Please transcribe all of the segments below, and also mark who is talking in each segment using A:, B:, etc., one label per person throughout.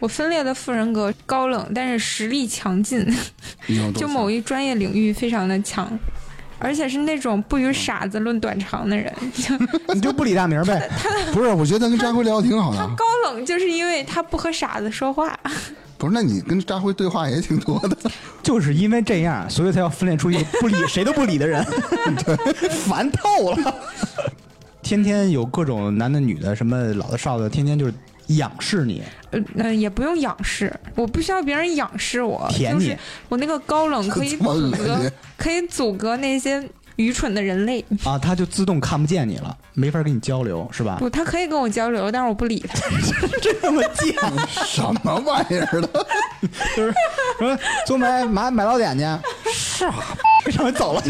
A: 我分裂的副人格高冷，但是实力强劲，就某一专业领域非常的强，而且是那种不与傻子论短长的人。
B: 你就不理大明呗？
C: 不是，我觉得跟扎辉聊的挺好的。
A: 他高冷就是因为他不和傻子说话。
C: 不是，那你跟扎辉对话也挺多的。
B: 就是因为这样，所以才要分裂出一个不理谁都不理的人，烦透了。天天有各种男的女的，什么老的少的，天天就是仰视你。
A: 也不用仰视，我不需要别人仰视我，
B: 舔你。
A: 就是我那个高冷可以阻隔那些愚蠢的人类
B: 啊，他就自动看不见你了，没法跟你交流，是吧？
A: 不，他可以跟我交流，但是我不理他。
B: 这么贱，
C: 什么玩意儿的？
B: 就是说，总买老点去，是啊，上回走了。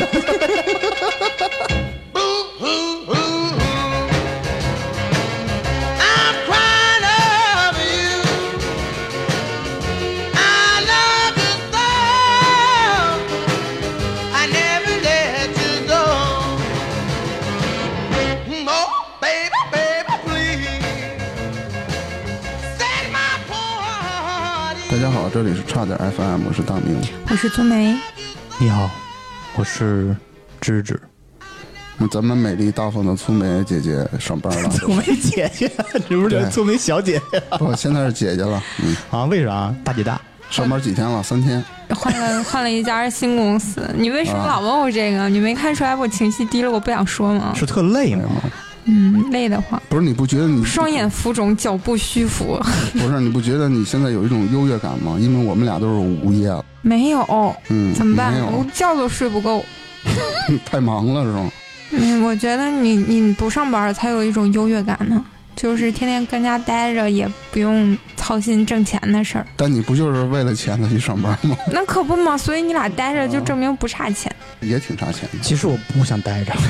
C: 大家好，这里是差点 FM， 我是大明，
A: 我是朱梅。
B: 你好，我是芝芝。
C: 咱们美丽大方的粗梅姐姐上班了。
B: 粗梅姐姐，是不是粗梅小姐姐？
C: 不，现在是姐姐了。
B: 啊，为啥？大姐大。
C: 上班几天了？3天。
A: 换了一家新公司。你为什么老问我这个？你没看出来我情绪低了？我不想说吗？
B: 是特累吗？
A: 累得慌。
C: 不是，你不觉得你
A: 双眼浮肿，脚步虚浮？
C: 不是，你不觉得你现在有一种优越感吗？因为我们俩都是午夜了。
A: 没有。怎么办？我觉都睡不够。
C: 太忙了是吗？
A: 我觉得你不上班才有一种优越感呢，就是天天跟家待着也不用操心挣钱的事儿。
C: 但你不就是为了钱才去上班吗？
A: 那可不嘛，所以你俩待着就证明不差钱。
C: 也挺差钱的。
B: 其实我不想待着。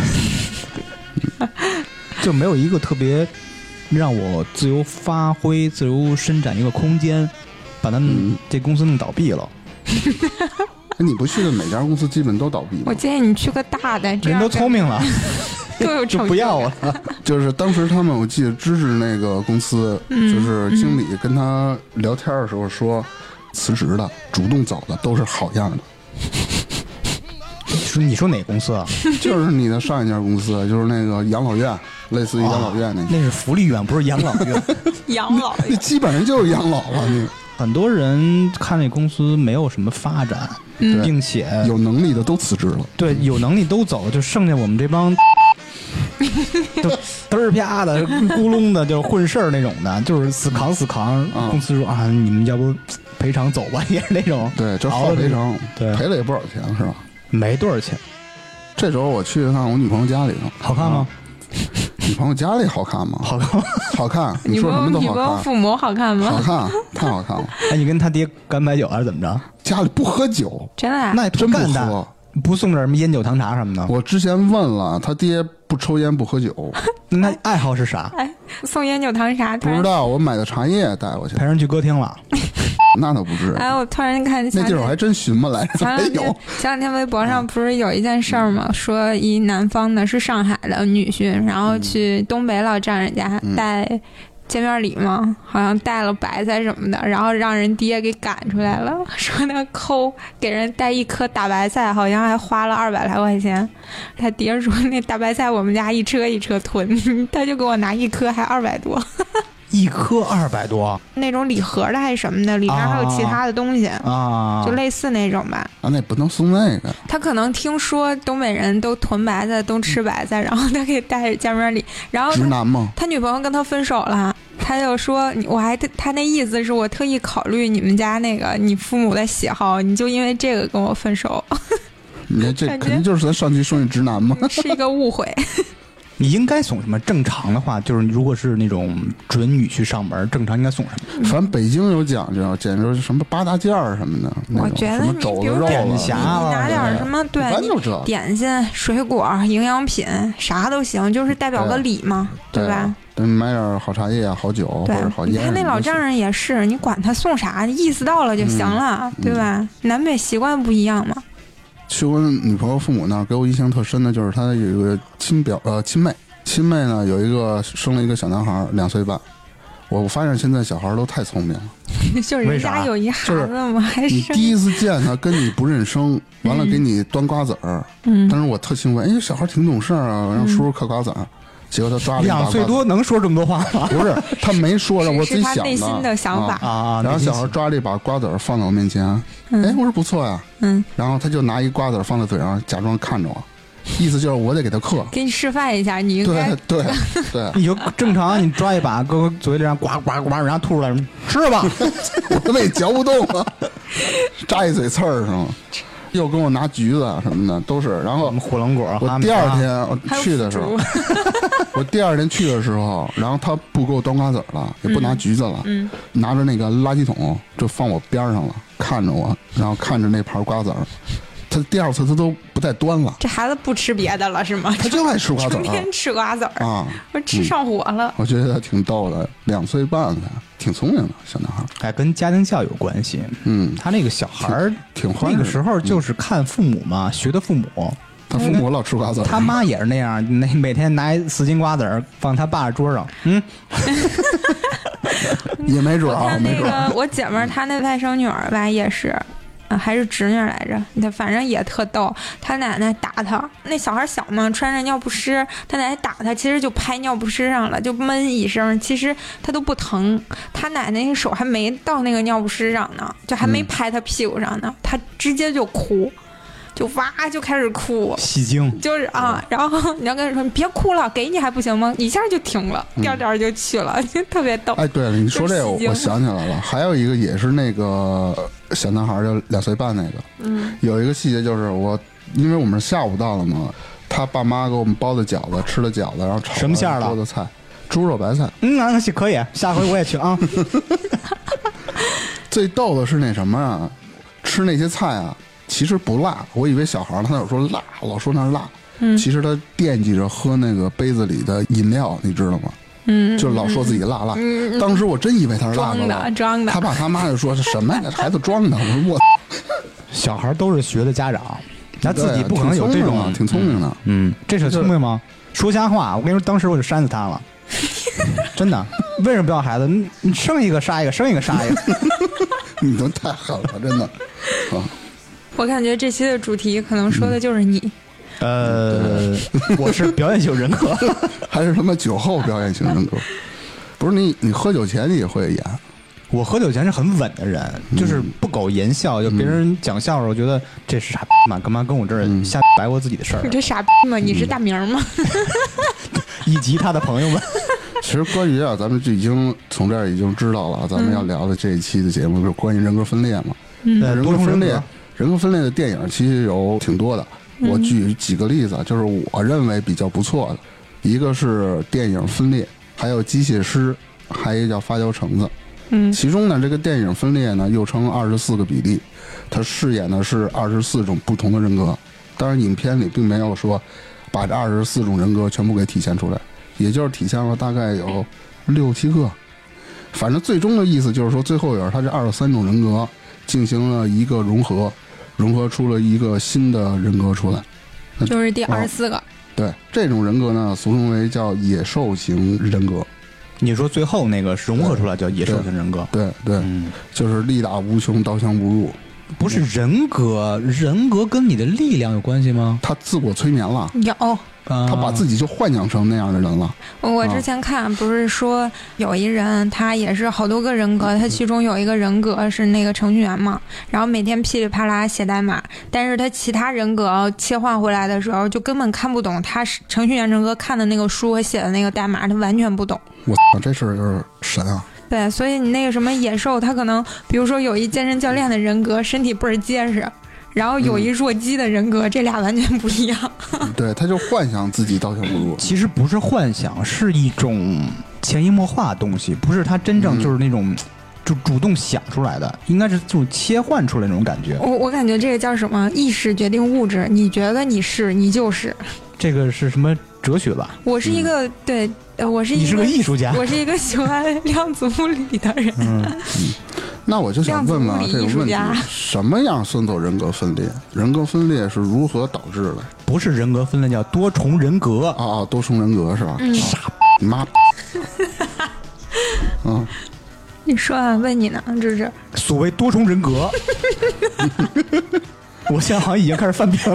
B: 就没有一个特别让我自由发挥、自由伸展一个空间，把他们这公司弄倒闭了。
C: 你不去的每家公司基本都倒闭了。
A: 我建议你去个大的，
B: 人都聪明了，
A: 都有成就
B: 就不要了。
C: 就是当时他们，我记得芝芝那个公司，就是经理跟他聊天的时候说，辞职的、主动走的都是好样的。
B: 你说哪公司啊？
C: 就是你的上一家公司，就是那个养老院，类似于养老院
B: 那是福利院，不是养老院。
A: 养老院
C: 那基本上就是养老了。你
B: 很多人看那公司没有什么发展，并且
C: 有能力的都辞职了。
B: 对，有能力都走了，就剩下我们这帮就嘚儿啪的、咕隆的，就是混事儿那种的，就是死扛。公司说啊，你们要不赔偿走吧，也是那种。
C: 对，就好赔偿，
B: 对，
C: 赔了也不少钱，是吧？
B: 没多少钱。
C: 这周我去看我女朋友家里头，
B: 好看吗？
C: 女朋友家里好看吗？
B: 好看，
C: 好看。你说什么都好看。
A: 女朋友父母好看吗？
C: 好看，太好看了。
B: 哎，你跟他爹干白酒还是怎么着？
C: 家里不喝酒，
A: 真的呀？
B: 那也
C: 真不喝，
B: 不送点什么烟酒糖茶什么的。
C: 我之前问了，他爹不抽烟不喝酒。
B: 那爱好是啥？
A: 送烟酒糖茶。
C: 不知道，我买的茶叶带过去，
B: 陪人去歌厅了。
C: 那倒不至于。
A: 我突然看
C: 那地儿我还真寻摸来着。
A: 前两天微博上不是有一件事儿吗？说一南方的是上海的女婿，然后去东北老丈人家带见面礼嘛，好像带了白菜什么的，然后让人爹给赶出来了，说那抠给人带一颗大白菜，好像还花了200来块钱。他爹说那大白菜我们家一车一车囤，他就给我拿一颗还200多。
B: 一颗200多，
A: 那种礼盒的还是什么的，里面还有其他的东西
B: 啊，
A: 就类似那种吧。
C: 那不能送那个。
A: 他可能听说东北人都囤白菜，都吃白菜，然后他给带着见面礼。然后
C: 直男吗？
A: 他女朋友跟他分手了，他就说他那意思是我特意考虑你们家那个你父母的喜好，你就因为这个跟我分手。
C: 你看这肯定就是咱上期说你直男吗？
A: 是一个误会。
B: 你应该送什么？正常的话，就是如果是那种准女婿上门，正常应该送什么？
C: 反正北京有讲究，简直什么八大件儿什么的。
A: 我觉得你比如
B: 点匣
A: 你拿点什么，对，点心、水果、营养品啥都行，就是代表个礼嘛，对吧？
C: 买点好茶叶、好酒或者好烟。
A: 他那老丈人也是，你管他送啥，意思到了就行了，对吧？南北习惯不一样嘛。
C: 去我女朋友父母那儿，给我印象特深的就是她有一个亲妹呢，有一个生了一个小男孩2岁半。我发现现在小孩都太聪明了，
A: 就是人家有一孩子嘛，还
C: 你第一次见他跟你不认生，完了给你端瓜子儿，当时我特兴奋，哎，小孩挺懂事啊，让叔叔嗑瓜子儿。结果他抓了
B: 2岁多能说这么多话吗？
C: 不是，他没说，让我自己想的。
A: 是他内心的想法
B: 啊。
C: 然后小孩抓了一把瓜子儿放在我面前，哎，我说不错呀，然后他就拿一瓜子儿放在嘴上，假装看着我，意思就是我得给他嗑，
A: 给你示范一下，你应该
C: 对，
B: 你就正常，你抓一把搁嘴里让呱呱呱，然后吐出来，吃吧，
C: 我他妈也嚼不动了，扎一嘴刺儿是吗？又跟我拿橘子什么的都是，然后
B: 火龙果。
C: 我第二天我去的时候，我第二天去的时候，然后他不给我端瓜子了，也不拿橘子了，拿着那个垃圾桶就放我边上了，看着我，然后看着那盘瓜子儿。他第二次他都不带端了。
A: 这孩子不吃别的了是吗？
C: 他就爱吃瓜子儿，
A: 成天吃瓜子儿
C: 啊，
A: 我吃上火了。
C: 我觉得他挺逗的，2岁半的，挺聪明的小男孩。
B: 哎，跟家庭教育有关系。他那个小孩
C: 挺
B: 那个时候就是看父母嘛，学的父母。
C: 他父母老吃瓜子儿，
B: 他妈也是那样，每天拿4斤瓜子儿放他爸桌上。
C: 也没准啊，没准。
A: 我姐们儿她那外甥女儿吧也是。还是侄女来着，反正也特逗。他奶奶打他，那小孩小嘛，穿着尿不湿，他奶奶打他，其实就拍尿不湿上了，就闷一声，其实他都不疼。他奶奶那手还没到那个尿不湿上呢，就还没拍他屁股上呢，他直接就哭。就哇就开始哭，
B: 戏精
A: 就是啊，然后你要跟他说你别哭了，给你还不行吗？一下就停了，调调就去了，就特别逗。
C: 哎，对了，你说这个我想起来了，还有一个也是那个小男孩，就2岁半那个，有一个细节就是因为我们是下午到了嘛，他爸妈给我们包的饺子，吃了饺子，然后炒
B: 什么馅儿
C: 的菜，猪肉白菜。
B: 那可以，下回我也去啊。
C: 最逗的是那什么啊，吃那些菜啊。其实不辣，我以为小孩他老说辣，老说那辣，其实他惦记着喝那个杯子里的饮料，你知道吗？就老说自己辣。当时我真以为他是辣的，
A: 装的。
C: 他爸他妈就说是什么呀，孩子装的。我说我，
B: 小孩都是学的家长，他自己不可能有这种，
C: 挺聪明的。
B: 这是聪明吗？说瞎话，我跟你说，当时我就扇死他了，真的。为什么不要孩子？你生一个杀一个，生一个杀一个。
C: 你都太狠了，真的。
A: 我感觉这期的主题可能说的就是你。
B: 我是表演型人格，
C: 还是他妈酒后表演型人格？不是你喝酒前你也会演？
B: 我喝酒前是很稳的人，就是不苟言笑，就别人讲笑话，我觉得这是傻逼嘛，干嘛跟我这儿瞎白活自己的事儿？
A: 你这傻逼嘛？你是大明吗？
B: 以及他的朋友们。
C: 其实关于啊，咱们就已经从这儿已经知道了，咱们要聊的这一期的节目就是关于人格分裂嘛。人格分裂。人格分裂的电影其实有挺多的，我举几个例子，就是我认为比较不错的，一个是电影《分裂》，还有《机械师》，还有一个叫《发酵橙子》。其中呢，这个电影《分裂》呢又称24个比例，它饰演的是24种不同的人格。当然，影片里并没有说把这24种人格全部给体现出来，也就是体现了大概有6、7个。反正最终的意思就是说，最后有他这23种人格进行了一个融合出了一个新的人格出来，
A: 就是第24个。
C: 对，这种人格呢，俗称为叫野兽型人格。
B: 你说最后那个融合出来叫野兽型人格？
C: 对，就是力大无穷，刀枪不入。
B: 不是人格跟你的力量有关系吗？
C: 他自我催眠了，
A: 有。
C: 他把自己就幻想成那样的人了。
A: 我之前看不是说有一人他也是好多个人格，他其中有一个人格是那个程序员嘛，然后每天噼里啪啦写代码，但是他其他人格切换回来的时候就根本看不懂他程序员人格看的那个书和写的那个代码，他完全不懂。
C: 我这事儿就是神啊！
A: 对，所以你那个什么野兽，他可能比如说有一健身教练的人格身体倍儿结实，然后有一弱鸡的人格，这俩完全不一样。
C: 对，他就幻想自己刀枪不入。
B: 其实不是幻想，是一种潜移默化的东西，不是他真正就是那种就主动想出来的，应该是这种切换出来那种感觉。
A: 我感觉这个叫什么？意识决定物质，你觉得你是，你就是。
B: 这个是什么哲学吧？
A: 我是一个对，我是一个，
B: 你是个艺术家，
A: 我是一个喜欢量子物理的人。
C: 那我就想问问这个问题：什么样算作人格分裂？人格分裂是如何导致的？
B: 不是人格分裂，叫多重人格。
C: 多重人格是吧？傻你妈！
A: 你说啊，问你呢，这是
B: 所谓多重人格。我现在好像已经开始犯病了。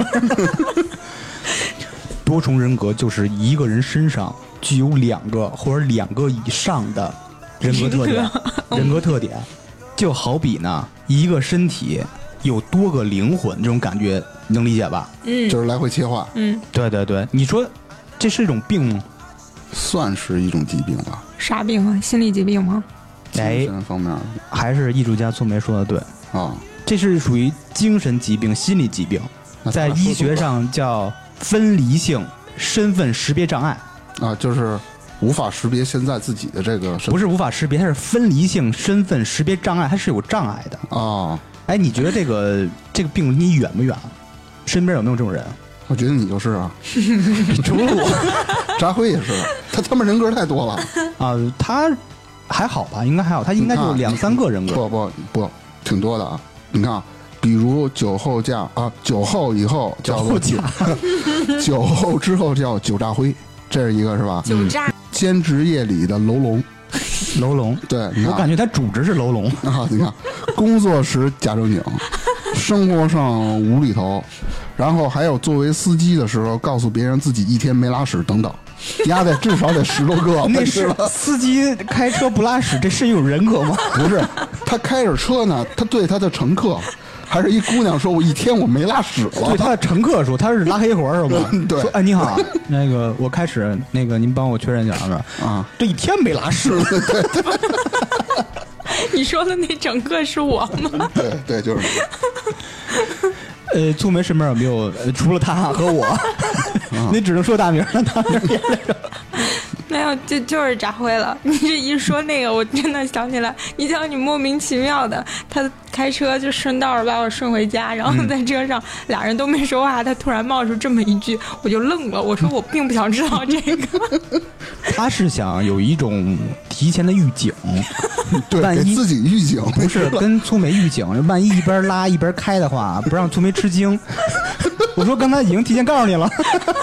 B: 多重人格就是一个人身上具有2个或者2个以上的人格特点。人格特点就好比呢，一个身体有多个灵魂，这种感觉你能理解吧？
C: 就是来回切换。
B: 对对对，你说这是一种病吗？
C: 算是一种疾病吧。
A: 啥病啊？心理疾病吗？
C: 精神方面
B: 还是艺术家粗梅说的对
C: 啊，
B: 这是属于精神疾病、心理疾病，在医学上叫分离性身份识别障碍
C: 啊，就是无法识别现在自己的这个身份。
B: 不是无法识别，它是分离性身份识别障碍，它是有障碍的
C: 啊。
B: 哎，你觉得这个病离你远不远？身边有没有这种人？
C: 我觉得你就是啊，
B: 除了我，
C: 扎辉也是，他们人格太多了
B: 啊。他还好吧？应该还好，他应该就2、3个人格。
C: 不，挺多的啊。你看啊，比如酒后驾啊，酒后以后叫做酒后之后叫酒炸灰，这是一个是吧？
A: 酒炸。
C: 兼职业里的楼龙。
B: 楼龙，
C: 对，
B: 我感觉他主职是楼龙
C: 啊。你看，工作时假正经，生活上无厘头，然后还有作为司机的时候告诉别人自己一天没拉屎等等，压得至少得10多个。
B: 那是司机开车不拉屎，这是一种人格吗？
C: 不是，他开着车呢，他对他的乘客。还是一姑娘说：“我一天我没拉屎了。”
B: 对他的乘客说：“他是拉黑活是吧？”
C: 对，
B: 说：“哎，你好，那个我开始，那个您帮我确认一下是吧？
C: 啊，
B: 这一天没拉屎。”
A: 你说的那乘客是我吗？
C: 对，就是
B: 你。粗梅身边有没有除了他和我？你只能说大名，大名也那种。
A: 没有，就是扎灰了。你这一说那个，我真的想起来，你讲你莫名其妙的，他开车就顺道把我顺回家，然后在车上俩人都没说话，他突然冒出这么一句，我就愣了。我说我并不想知道这个。
B: 他是想有一种提前的预警，
C: 对，给自己预警，
B: 不是跟粗梅预警，万一一边拉一边开的话，不让粗梅吃惊。我说刚才已经提前告诉你了。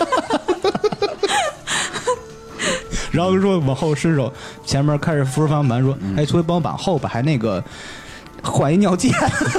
B: 然后说往后伸手，前面开始扶着方向盘，说：“哎，粗梅帮我把后边还那个换一尿介。”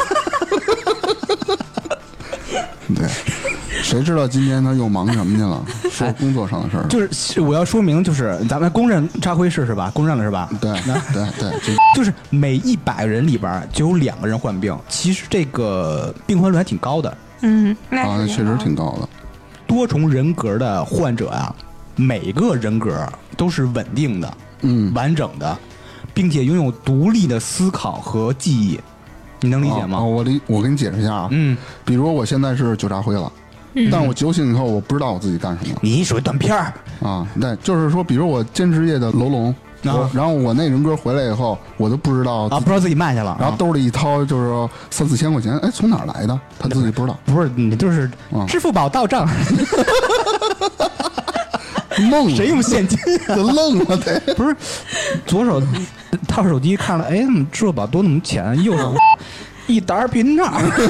C: 对，谁知道今天他又忙什么去了？说工作上的事儿。
B: 就是我要说明，就是咱们公认扎辉是吧？公认了是吧？
C: 对，
B: 就是每100个人里边就有2个人患病，其实这个病患率还挺高的。
C: 那确实挺高的。
B: 多重人格的患者啊，每个人格都是稳定的，完整的，并且拥有独立的思考和记忆，你能理解吗？
C: 我给你解释一下啊，比如我现在是酒炸灰了，但我酒醒以后我不知道我自己干什么。
B: 你属于断片儿
C: 啊，对，就是说，比如我兼职业的楼龙。然后我那人格回来以后，我都不知道
B: 不知道自己卖去了，
C: 然后兜里一掏就是说3、4千块钱，哎，从哪儿来的？他自己不知道。
B: 不是你就是支付宝到账，
C: 愣
B: 谁用现金啊？
C: 愣了得
B: 不是左手掏手机看了，哎，怎么支付宝多那么钱？右手一沓避孕套。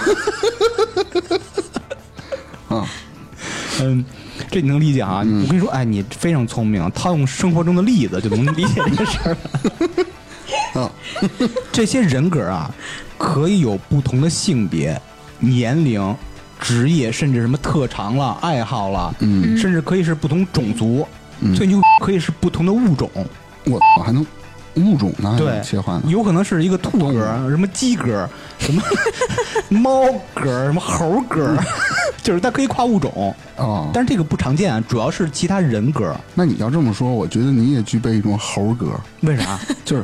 B: 这你能理解啊？我跟你说，哎，你非常聪明，套用生活中的例子就能理解这个事儿。这些人格啊，可以有不同的性别、年龄、职业，甚至什么特长了、爱好了，甚至可以是不同种族，最牛可以是不同的物种。
C: 我还能物种呢？
B: 对，
C: 切换
B: 有可能是一个兔哥，什么鸡哥，什么猫哥，什么猴哥。就是它可以跨物种但是这个不常见，主要是其他人格。
C: 那你要这么说，我觉得你也具备一种猴格。
B: 为啥？
C: 就是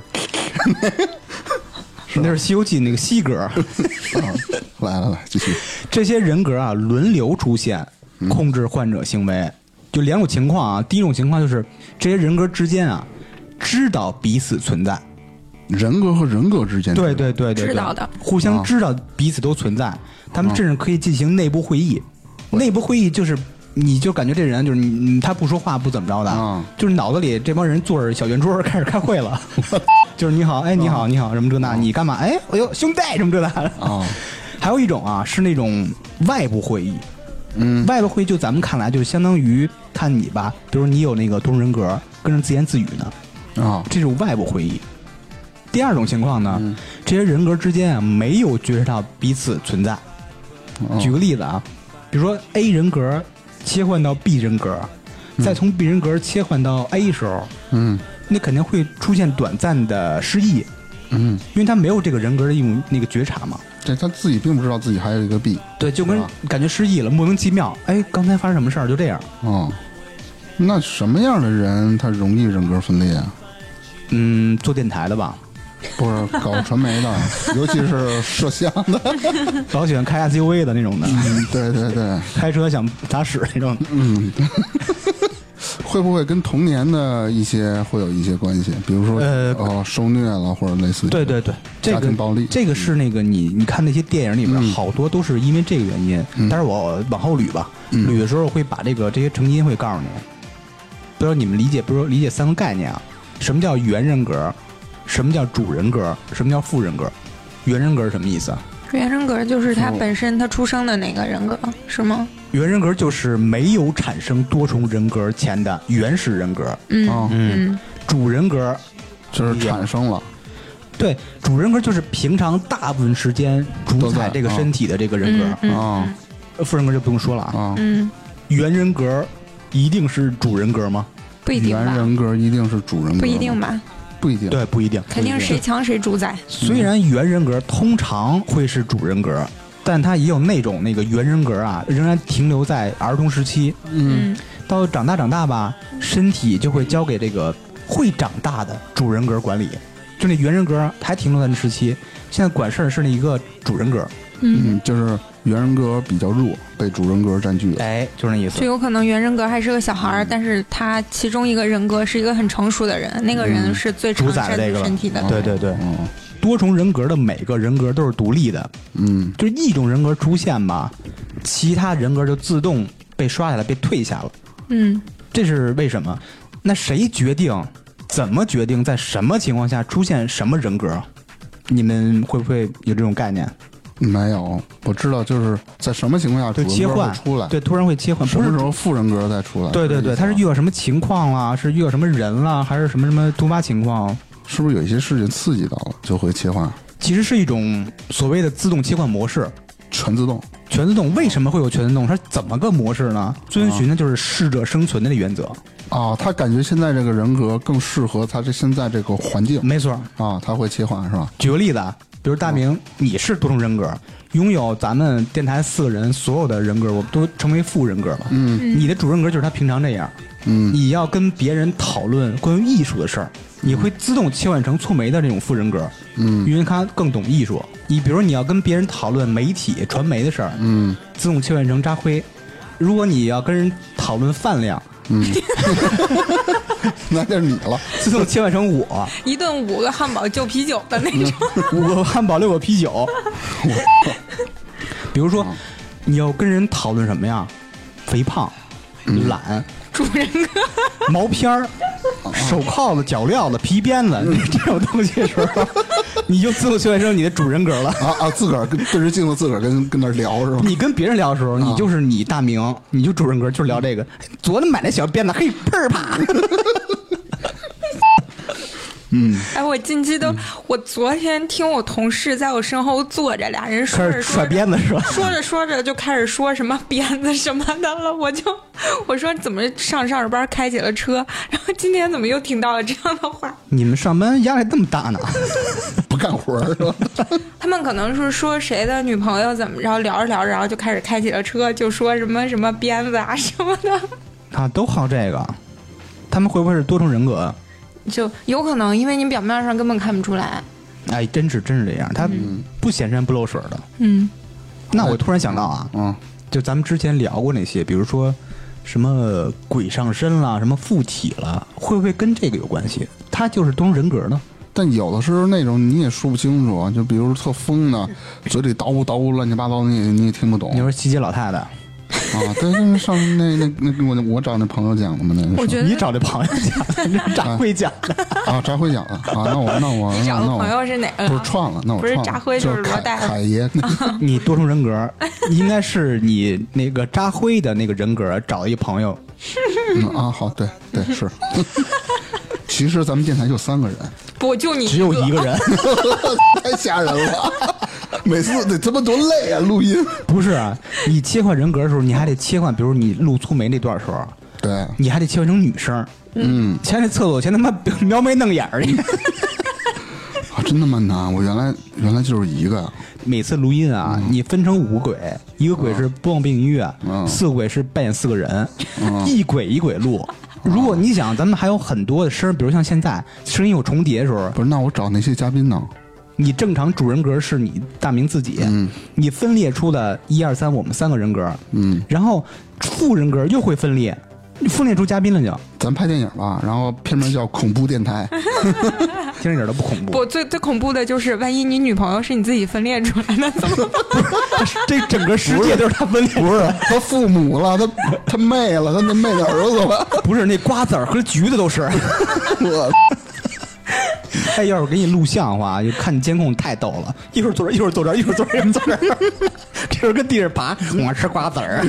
B: 那是《西游记》那个西格。
C: 来，继续。
B: 这些人格啊，轮流出现，控制患者行为。就2种情况啊。第一种情况就是这些人格之间啊，知道彼此存在。
C: 人格和人格之间，
B: 对，
A: 知道的，
B: 互相知道彼此都存在，他们甚至可以进行内部会议。内部会议就是你就感觉这人就是他不说话不怎么着的，就是脑子里这帮人坐着小圆桌开始开会了。就是你好，哎，你好，什么这那，你干嘛？哎，哎呦，兄弟，什么这那。还有一种啊，是那种外部会议。外部会议就咱们看来就相当于看你吧，比如你有那个多重人格，跟人自言自语呢。这种外部会议。 第二种情况呢，这些人格之间啊没有觉察到彼此存在。举个例子啊，比如说 A 人格切换到 B 人格，再从 B 人格切换到 A 时候，那肯定会出现短暂的失忆，因为他没有这个人格的一种那个觉察嘛。
C: 对，他自己并不知道自己还有一个 B，
B: 对，就跟感觉失忆了，莫名其妙，哎，刚才发生什么事儿就这样。
C: 那什么样的人他容易人格分裂啊？
B: 做电台的吧。
C: 不是搞传媒的，尤其是摄像的，
B: 老喜欢开 SUV 的那种的，
C: 对对对，
B: 开车想打屎那种，
C: 会不会跟童年的会有一些关系？比如说受虐了或者类似于
B: 对，
C: 家庭暴力，
B: 这个是那个你看那些电影里边好多都是因为这个原因，但是我往后捋吧，捋的时候会把这些成因会告诉你，不知道你们理解3个概念啊？什么叫原人格？什么叫主人格？什么叫副人格？原人格是什么意思啊？
A: 原人格就是他本身他出生的那个人格，是吗？
B: 原人格就是没有产生多重人格前的原始人格。主人格
C: 就是产生了。
B: 对，主人格就是平常大部分时间主宰这个身体的这个人格副人格就不用说了啊。原人格一定是主人格吗？
A: 不一定吧。
C: 原人格一定是主人格？
A: 不一定吧。
C: 不一定，
B: 对，不一定，
A: 肯定谁强谁主宰。
B: 虽然原人格通常会是主人格，但它也有那个原人格啊，仍然停留在儿童时期。到长大吧，身体就会交给这个会长大的主人格管理。就那原人格还停留在那时期，现在管事儿是那一个主人格。
C: 就是原人格比较弱，被主人格占据了。
B: 哎，就是那意思。
A: 就有可能原人格还是个小孩但是他其中一个人格是一个很成熟的人，那个人是最
B: 主宰这个
A: 身体的。
B: 对。多重人格的每个人格都是独立的。就是一种人格出现吧，其他人格就自动被刷下来，被退下了。这是为什么？那谁决定？怎么决定？在什么情况下出现什么人格？你们会不会有这种概念？
C: 没有，我知道就是在什么情况下
B: 对切换
C: 出来，
B: 对，突然会切换，
C: 什么时候副人格再出来？
B: 对，他是遇到什么情况啦？是遇到什么人啦？还是什么突发情况？
C: 是不是有一些事情刺激到了就会切换？
B: 其实是一种所谓的自动切换模式，
C: 全自动。为
B: 什么会有全自动？它怎么个模式呢？遵循的就是适者生存的原则。
C: 他感觉现在这个人格更适合他现在这个环境。
B: 没错
C: 他会切换是吧？
B: 举个例子啊。比如大明，你是多重人格，拥有咱们电台4个人所有的人格，我们都成为副人格了。你的主人格就是他平常这样。你要跟别人讨论关于艺术的事儿，你会自动切换成粗眉的这种副人格。因为他更懂艺术。你比如你要跟别人讨论媒体传媒的事儿，自动切换成扎辉。如果你要跟人讨论饭量，
C: 那就是你了，
B: 自动切换成我。
A: 一顿5个汉堡9啤酒的那种
B: ，5个汉堡6个啤酒。比如说，你要跟人讨论什么呀？肥胖、懒、
A: 主人格、
B: 毛片儿、手铐子、脚镣子、皮鞭子这种东西的时候，你就自动切换成你的主人格了。
C: 自个儿对着镜子，自个儿跟那聊是吧？
B: 你跟别人聊的时候，你就是你大明，你就主人格，就是聊这个。昨天买那小鞭子，嘿，砰儿啪。
A: 我近期我昨天听我同事在我身后坐着，俩人说着
B: 甩鞭子是吧？
A: 说着就开始说什么鞭子什么的了，我说怎么上着班开起了车，然后今天怎么又听到了这样的话？
B: 你们上班压力这么大呢？
C: 不干活是吧？
A: 他们可能是说谁的女朋友怎么着，聊着聊着，然后就开始开起了车，就说什么鞭子啊什么的。
B: 都好这个，他们会不会是多重人格？
A: 就有可能，因为你表面上根本看不出来。
B: 哎，真是这样，他不显山不漏水的。那我突然想到啊，就咱们之前聊过那些，比如说什么鬼上身啦，什么附体了，会不会跟这个有关系？他就是多重人格呢？
C: 但有的时候那种你也说不清楚，就比如特疯的，嘴里叨咕乱七八糟，你也听不懂。
B: 你说西街老太太。
C: 对，就是上那我找那朋友讲的嘛，
A: 我觉得
B: 你找那朋友讲的，扎辉讲的
C: 扎辉讲的那我
A: 找的朋友是哪个？
C: 不是串了，那我
A: 不是扎辉就是罗大
C: 凯爷。
B: 你多重人格应该是你那个扎辉的那个人格找一朋友。
C: 好，对是。其实咱们电台就3个人，
A: 我就你
B: 只有一个人，
C: 太吓人了。每次得这么多累啊，录音
B: 不是啊？你切换人格的时候，你还得切换，比如你录粗眉那段的时候，
C: 对，
B: 你还得切换成女生。前那厕所前他妈描眉弄眼儿去。
C: 啊，真他妈难！我原来就是一个呀。
B: 每次录音啊，你分成5个轨，一个轨是播放背景音乐，4个轨是扮演4个人，一轨一轨录。如果你想，咱们还有很多的声，比如像现在声音有重叠的时候，
C: 不是，那我找那些嘉宾呢？
B: 你正常主人格是你大明自己，你分裂出的1、2、3，我们3个人格，然后副人格又会分裂出嘉宾了就。
C: 咱拍电影吧，然后片名叫恐怖电台，
B: 听着一点都不恐怖。
A: 不，最恐怖的就是万一你女朋友是你自己分裂出来的，怎么办？
B: 这整个世界都是他分裂，
C: 不是他父母了，他妹了，他那妹的儿子了，
B: 不是那瓜子儿和橘子都是。
C: 我。
B: 哎，要是给你录像的话，就看你监控太逗了，一会儿坐这，一会儿坐这，一会儿坐这，一会儿坐这，这会儿跟地上爬，我吃瓜子儿。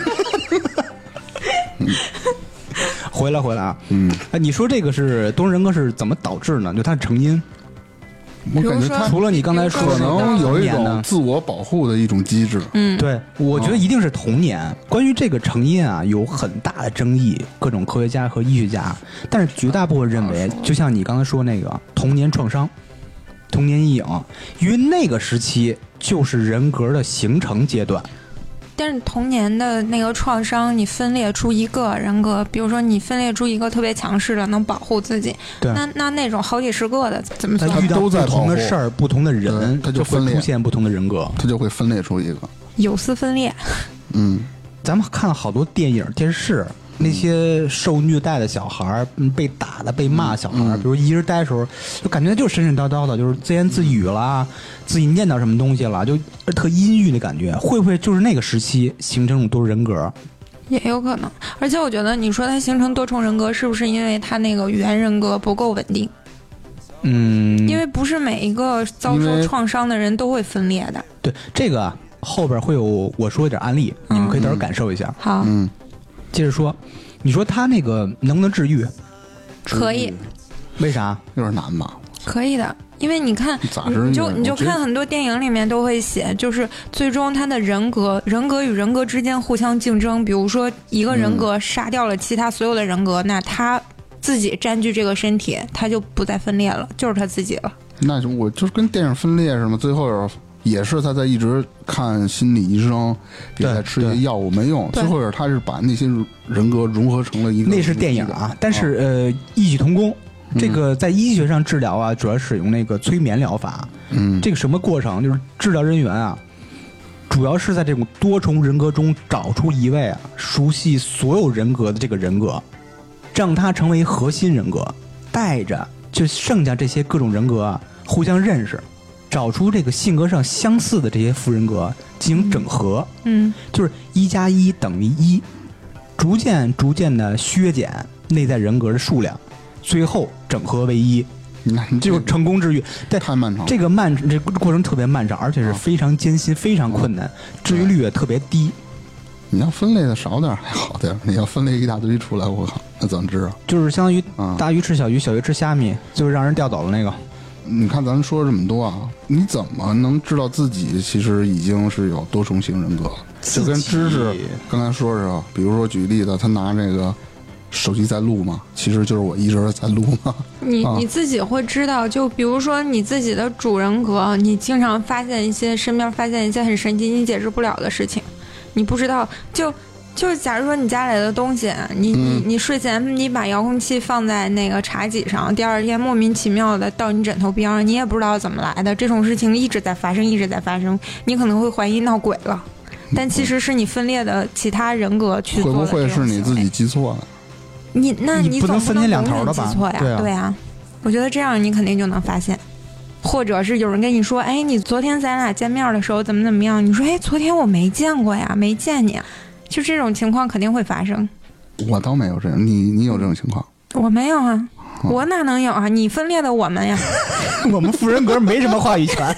B: 回来啊，哎，你说这个是多重人格是怎么导致呢？就它的成因，
C: 我感觉它
B: 除了你刚才说的，
C: 可能有一种自我保护的一种机制。
B: 对，我觉得一定是童年。关于这个成因啊，有很大的争议，各种科学家和医学家，但是绝大部分认为，就像你刚才说那个童年创伤、童年阴影，因为那个时期就是人格的形成阶段。
A: 但是童年的那个创伤，你分裂出一个人格，比如说你分裂出一个特别强势的，能保护自己，那种好几十个的怎么算？
B: 他遇到不同的事儿、不同的人，
C: 他就
B: 会出现不同的人格，
C: 他就会分裂出一个
A: 有丝分裂。
B: 咱们看了好多电影、电视。那些受虐待的小孩，被打的、被骂的小孩，比如一人待的时候，就感觉就神神叨叨的，就是自言自语啦，自己念叨什么东西了，就特阴郁的感觉。会不会就是那个时期形成多重人格？
A: 也有可能。而且我觉得，你说他形成多重人格，是不是因为他那个原人格不够稳定？因为不是每一个遭受创伤的人都会分裂的。
B: 对，这个啊，后边会有我说一点案例，你们可以到时候感受一下。
A: 好，
B: 接着说，你说他那个能不能治愈？
A: 可以。
B: 为啥？
C: 有点难吧？
A: 可以的，因为你看，你就看很多电影里面都会写，就是最终他的人格与人格之间互相竞争。比如说一个人格杀掉了其他所有的人格，那他自己占据这个身体，他就不再分裂了，就是他自己了。
C: 那我就是跟电影分裂似的，最后也是他在一直看心理医生，也在吃一些药物没用，最后他是把那些人格融合成了一个。
B: 那是电影啊，但是异曲同工。这个在医学上治疗啊，主要使用那个催眠疗法。这个什么过程？就是治疗人员啊，主要是在这种多重人格中找出一位啊熟悉所有人格的这个人格，让他成为核心人格，带着就剩下这些各种人格啊互相认识。找出这个性格上相似的这些副人格进行整合，就是1+1等于1，逐渐的削减内在人格的数量，最后整合为1，这就成功治愈。
C: 太漫长了，
B: 这个过程特别漫长，而且是非常艰辛、非常困难，治愈率也特别低。
C: 你要分类的少点还好点，你要分类一大堆出来，我靠，那怎么治啊？
B: 就是相当于大鱼吃小鱼，小鱼吃虾米，就是让人调走了那个。
C: 你看咱们说了这么多啊，你怎么能知道自己其实已经是有多重性人格了？就跟知识刚才说是，比如说举例子，他拿这个手机在录嘛，其实就是我一直在录嘛。
A: 你自己会知道，就比如说你自己的主人格，你经常身边发现一些很神奇、你解释不了的事情，你不知道就是假如说你家里的东西，你睡前你把遥控器放在那个茶几上，第二天莫名其妙的到你枕头边上，你也不知道怎么来的，这种事情一直在发生，你可能会怀疑闹鬼了，但其实是你分裂的其他人格去做的。
C: 会不会是你自己记错了？
A: 你
B: 不能分
A: 总
B: 两头的吧？
A: 记错呀，对啊，我觉得这样你肯定就能发现。或者是有人跟你说，哎，你昨天咱俩见面的时候怎么样？你说，哎，昨天我没见过呀，没见你。就这种情况肯定会发生。
C: 我倒没有这样，你有这种情况？
A: 我没有啊，我哪能有啊？你分裂的我们呀，
B: 我们副人格没什么话语权。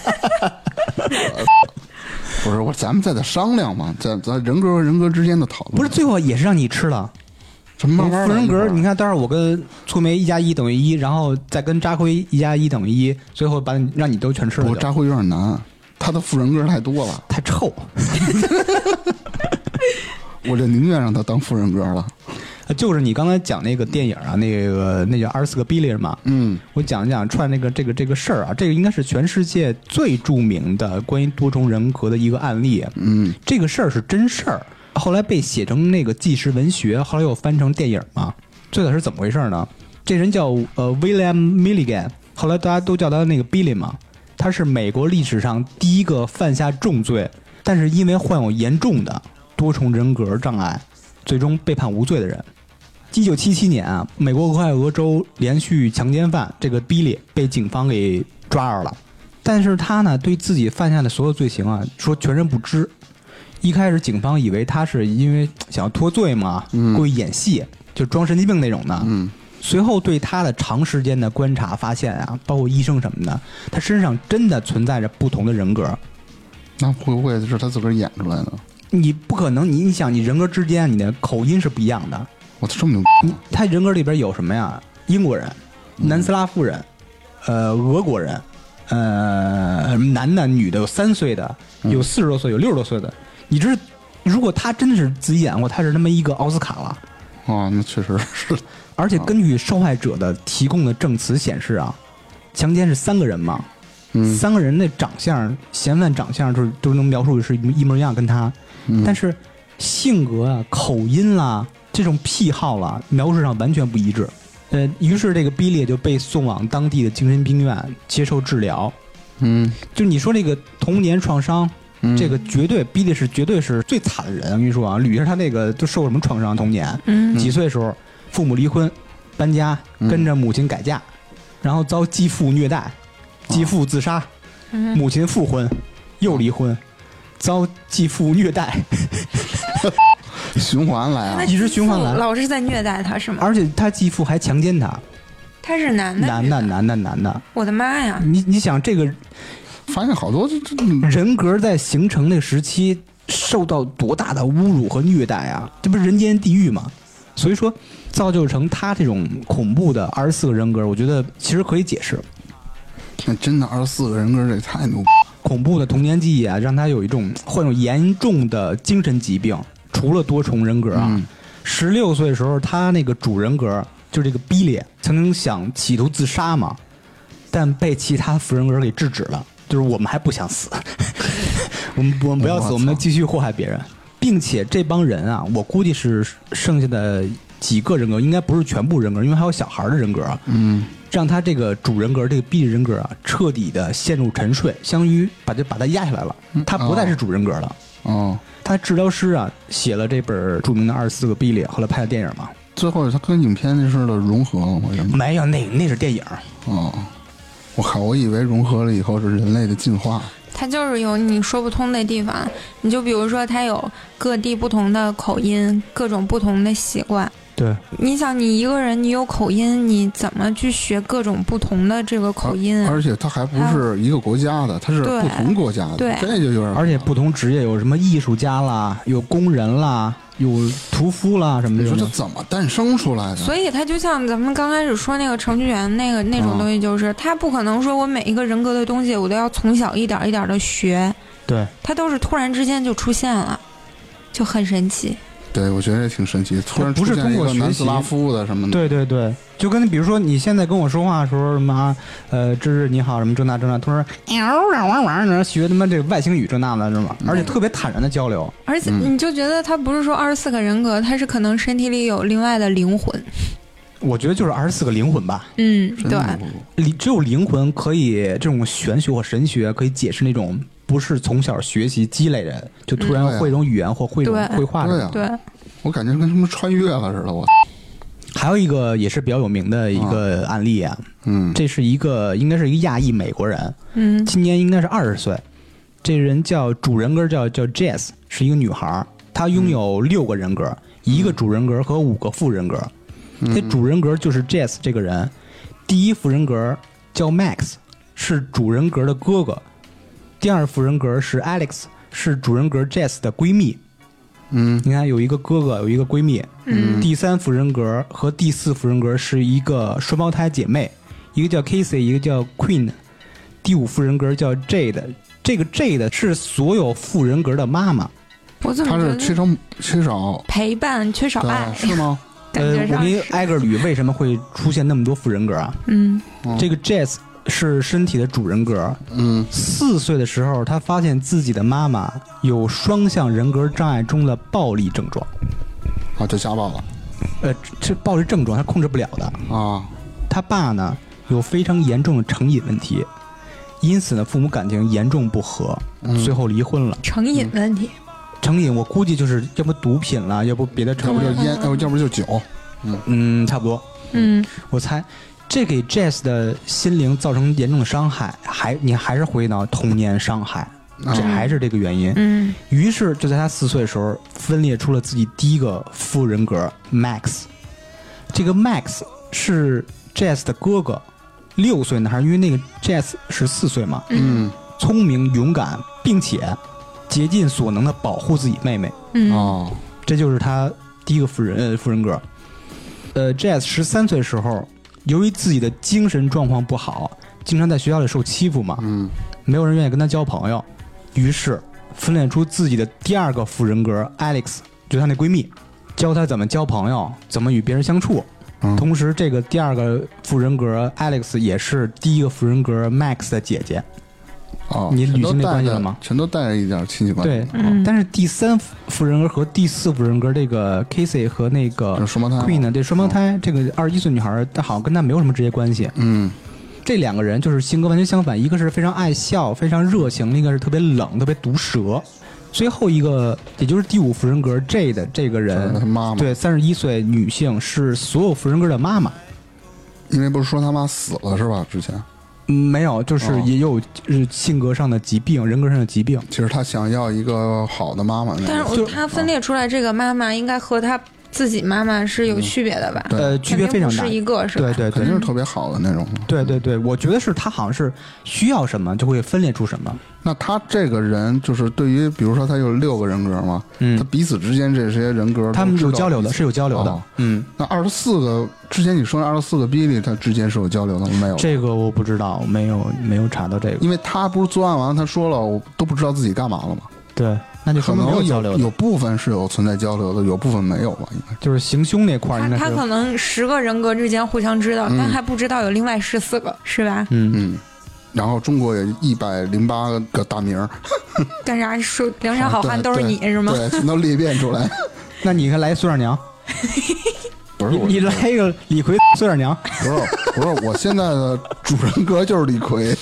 C: 不是咱们在这商量嘛，在人格和人格之间的讨论。
B: 不是最后也是让你吃了，
C: 这慢慢
B: 副人格，你看，待会儿我跟粗梅1+1等于1，然后再跟扎辉1+1等于1，最后让你都全吃了。
C: 扎辉有点难，他的副人格太多了，
B: 太臭。
C: 我就宁愿让他当副人格了。
B: 就是你刚才讲那个电影啊，那叫24个 Billy 嘛，我讲一讲串这个事儿啊，这个应该是全世界最著名的关于多重人格的一个案例，这个事儿是真事儿，后来被写成那个纪实文学，后来又翻成电影嘛。最早是怎么回事呢？这人叫William Milligan， 后来大家都叫他那个 Billy 嘛，他是美国历史上第一个犯下重罪，但是因为患有严重的多重人格障碍，最终被判无罪的人。1977年啊，美国俄亥俄州连续强奸犯这个 Billy 被警方给抓着了，但是他呢对自己犯下的所有罪行啊说全然不知。一开始警方以为他是因为想要脱罪嘛，故意演戏，就装神经病那种的。随后对他的长时间的观察发现啊，包括医生什么的，他身上真的存在着不同的人格。
C: 那会不会是他自个儿演出来的？
B: 你不可能，你想，你人格之间你的口音是不一样的。
C: 我这么牛逼！
B: 他人格里边有什么呀？英国人、南斯拉夫人、俄国人，男的、女的，有3岁的，有40多岁，有60多岁的。你这如果他真的是自己演过，他是他妈一个奥斯卡了。
C: 哦，那确实是。
B: 而且根据受害者的提供的证词显示啊，强奸是3个人嘛，3个人的长相，嫌犯长相都能描述是一模一样，跟他，但是性格啊、口音啦、这种癖好啦，描述上完全不一致。于是这个 Billy 就被送往当地的精神病院接受治疗。就你说这个童年创伤，这个绝对 Billy 是绝对是最惨的人。我跟你说啊，捋着他那个都受什么创伤？童年，几岁的时候父母离婚，搬家，跟着母亲改嫁，然后遭继父虐待，继父自杀，母亲复婚，又离婚，遭继父虐待。
C: 循环来啊，
B: 一直循环来，
A: 老是在虐待他是吗？
B: 而且他继父还强奸他。
A: 他是男的？
B: 男的。
A: 我的妈呀！
B: 你想这个，
C: 发现好多
B: 人格在形成那个时期受到多大的侮辱和虐待啊！这不是人间地狱吗？所以说，造就成他这种恐怖的24个人格，我觉得其实可以解释。
C: 那真的24个人格，这太牛逼！
B: 恐怖的童年记忆啊，让他有一种患有严重的精神疾病。除了多重人格啊，16岁的时候，他那个主人格就是这个 Billy， 曾经想企图自杀嘛，但被其他副人格给制止了。就是我们还不想死，我们不要死，我们继续祸害别人，并且这帮人啊，我估计是剩下的几个人格，应该不是全部人格，因为还有小孩的人格啊。让他这个主人格这个 Billy 人格啊，彻底的陷入沉睡，相当于把他压下来了，他不再是主人格了。他治疗师啊写了这本著名的24个 Billy， 后来拍的电影嘛。
C: 最后他跟影片似的融合了吗？
B: 没有，那是电影。
C: 我靠，我以为融合了以后是人类的进化。
A: 它就是有你说不通的地方，你就比如说它有各地不同的口音，各种不同的习惯。
B: 对，
A: 你想你一个人你有口音，你怎么去学各种不同的这个口音啊？
C: 而且它还不是一个国家的，它是不同国家的，
A: 对，
C: 这就有点。
B: 而且不同职业有什么艺术家啦，有工人啦，有屠夫啦什么的。
C: 你说这怎么诞生出来的？
A: 所以它就像咱们刚开始说那个程序员那种东西，就是他不可能说我每一个人格的东西我都要从小一点一点的学，
B: 对，
A: 它都是突然之间就出现了，就很神奇。
C: 对，我觉得也挺神奇。突然
B: 不是通过学习，
C: 南斯拉夫的什么的。
B: 对对对，就跟比如说你现在跟我说话的时候，什么芝芝你好，什么这那，突然学他妈这个外星语这那的，是吗？而且特别坦然的交流。
A: 而且你就觉得他不是说24个人格，他是可能身体里有另外的灵魂。
B: 我觉得就是24个灵魂吧。对，只有灵魂可以这种玄学或神学可以解释那种。不是从小学习积累的，就突然会一种语言或会一种绘画的。
A: 对，
C: 我感觉跟他们穿越了似的。我
B: 还有一个也是比较有名的一个案例啊，这是应该是一个亚裔美国人，今年应该是20岁，这人主人格叫 Jess， 是一个女孩，她拥有6个人格，1个主人格和5个副人格。这主人格就是 Jess 这个人，第一副人格叫 Max， 是主人格的哥哥。第2副人格是 Alex， 是主人格 Jess 的闺蜜。 你看有一个哥哥，有一个闺蜜。第3副人格和第4副人格是一个双胞胎姐妹，一个叫 Casey， 一个叫 Queen。第5副人格叫 Jade， 这个 Jade 是所有副人格的妈妈。
A: 我怎么
C: 他是缺少
A: 陪伴，缺少爱，
C: 是吗？
A: 感觉上
B: 我给你挨个捋为什么会出现那么多副人格啊？这个 Jess 是身体的主人格。4岁的时候，他发现自己的妈妈有双向人格障碍中的暴力症状。
C: 就家暴了。
B: 这暴力症状他控制不了的
C: 啊。
B: 他爸呢有非常严重的成瘾问题，因此呢父母感情严重不和，最后离婚了。
A: 成瘾问题。
B: 成瘾，我估计就是要不毒品了，要不别的成，
C: 要不就烟，要不就酒。
B: 差不多。我猜这给 Jess 的心灵造成严重的伤害，你还是回到童年伤害，这还是这个原因。于是就在他4岁的时候，分裂出了自己第一个副人格 Max。这个 Max 是 Jess 的哥哥，6岁呢，还是因为那个 Jess 是4岁嘛？聪明勇敢，并且竭尽所能的保护自己妹妹。这就是他第一个副人格。Jess 13岁的时候，由于自己的精神状况不好，经常在学校里受欺负嘛，没有人愿意跟他交朋友，于是分裂出自己的第2个副人格 Alex， 就是她那闺蜜，教她怎么交朋友，怎么与别人相处。同时，这个第2个副人格 Alex 也是第一个副人格 Max 的姐姐。你捋清这关系了吗？
C: 全都带着一点亲戚关系。
B: 对，但是第3副人格和第4副人格这个 Casey 和那个 Queen 呢，这双胞胎，这个21岁女孩，但好像跟她没有什么直接关系。这2个人就是性格完全相反，一个是非常爱笑、非常热情，另一个是特别冷、特别毒舌。最后一个，也就是第5副人格 J 的这个人，
C: 他妈妈，
B: 对，31岁女性，是所有副人格的妈妈。
C: 因为不是说他妈死了是吧？之前。
B: 没有，就是也有性格上的疾病，人格上的疾病。
C: 其实他想要一个好的妈妈，
A: 但是他分裂出来这个妈妈应该和他自己妈妈是有区别的吧？
B: 区别非常大，
A: 不是一个是吧？
B: 对，
C: 肯定是特别好的那种。
B: 对，我觉得是他好像是需要什么就会分裂出什么。
C: 那他这个人就是对于，比如说他有6个人格嘛，他彼此之间这些人格，
B: 他们有交流的，是有交流的。
C: 那24个之前你说那24个比利，他之间是有交流的没有？
B: 这个我不知道，没有查到这个，
C: 因为他不是作案完他说了，我都不知道自己干嘛了嘛。
B: 对。那就
C: 可能
B: 交流，
C: 有部分是有存在交流的，有部分没有吧？应该
B: 就是行凶那块儿，应该是
A: 他可能10个人格之间互相知道，但还不知道有另外14个，是吧？
C: 然后中国也108个大名，
A: 干啥？说梁山好汉都是你是吗？
C: 对，全都裂变出来。
B: 那你看来孙二娘，
C: 不是
B: 你来一个李逵孙二娘，
C: 不是，我现在的主人格就是李逵。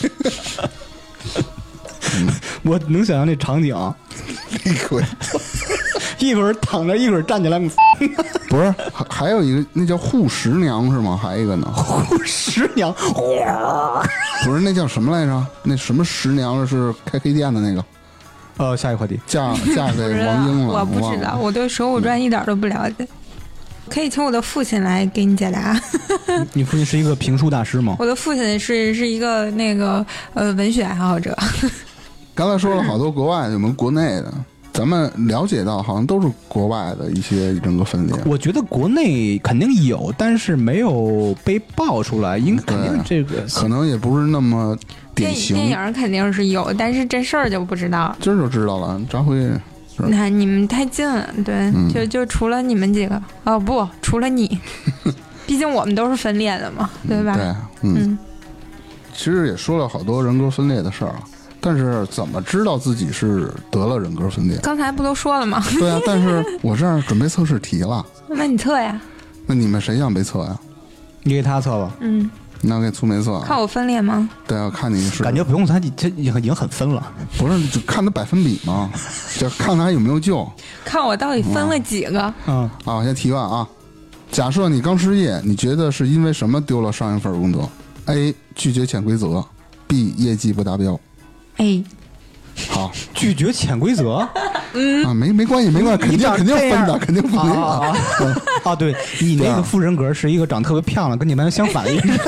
B: 我能想象那场景，
C: 李逵
B: 一会儿躺着，一会儿站起来。
C: 不是，还有一个那叫护食娘是吗？还有一个呢，
B: 护食娘，
C: 不是那叫什么来着？那什么食娘是开黑店的那个？
B: 下一个话题，
C: 嫁给王英了。
A: 我不知道，我对《水浒传》一点都不了解。可以请我的父亲来给你解答。
B: 你父亲是一个评书大师吗？
A: 我的父亲是一个那个文学爱好者。
C: 刚才说了好多国外的，有没有国内的？咱们了解到好像都是国外的一些人格分裂。
B: 我觉得国内肯定有，但是没有被爆出来，应该肯定这个
C: 可能也不是那么典型。
A: 电影肯定是有，但是这事儿就不知道。
C: 今儿就知道了，张辉。
A: 那你们太近了，对，就除了你们几个，不，除了你，毕竟我们都是分裂的嘛，对吧？
C: 对，其实也说了好多人格分裂的事儿啊。但是怎么知道自己是得了人格分裂？
A: 刚才不都说了吗？
C: 对啊，但是我这儿准备测试题了。
A: 那你测呀？
C: 那你们谁想被测呀？
B: 你给他测吧。
C: 那我给粗梅测。
A: 看我分裂吗？
C: 对啊，看你是。
B: 感觉不用，他这已经很分了。
C: 不是，就看他百分比嘛，就看他有没有救。
A: 看我到底分了几个？
C: 我先提问啊。假设你刚失业，你觉得是因为什么丢了上一份工作 ？A. 拒绝潜规则 ，B. 业绩不达标。好，
B: 拒绝潜规则。
C: 没关系，肯定分的，肯定分的。
B: 对，你那个副人格是一个长特别漂亮，跟你完全相反的一个人。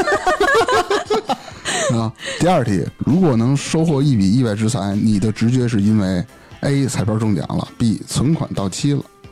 C: 第二题，如果能收获一笔意外之财，你的直觉是因为 A. 彩票中奖了 ，B. 存款到期了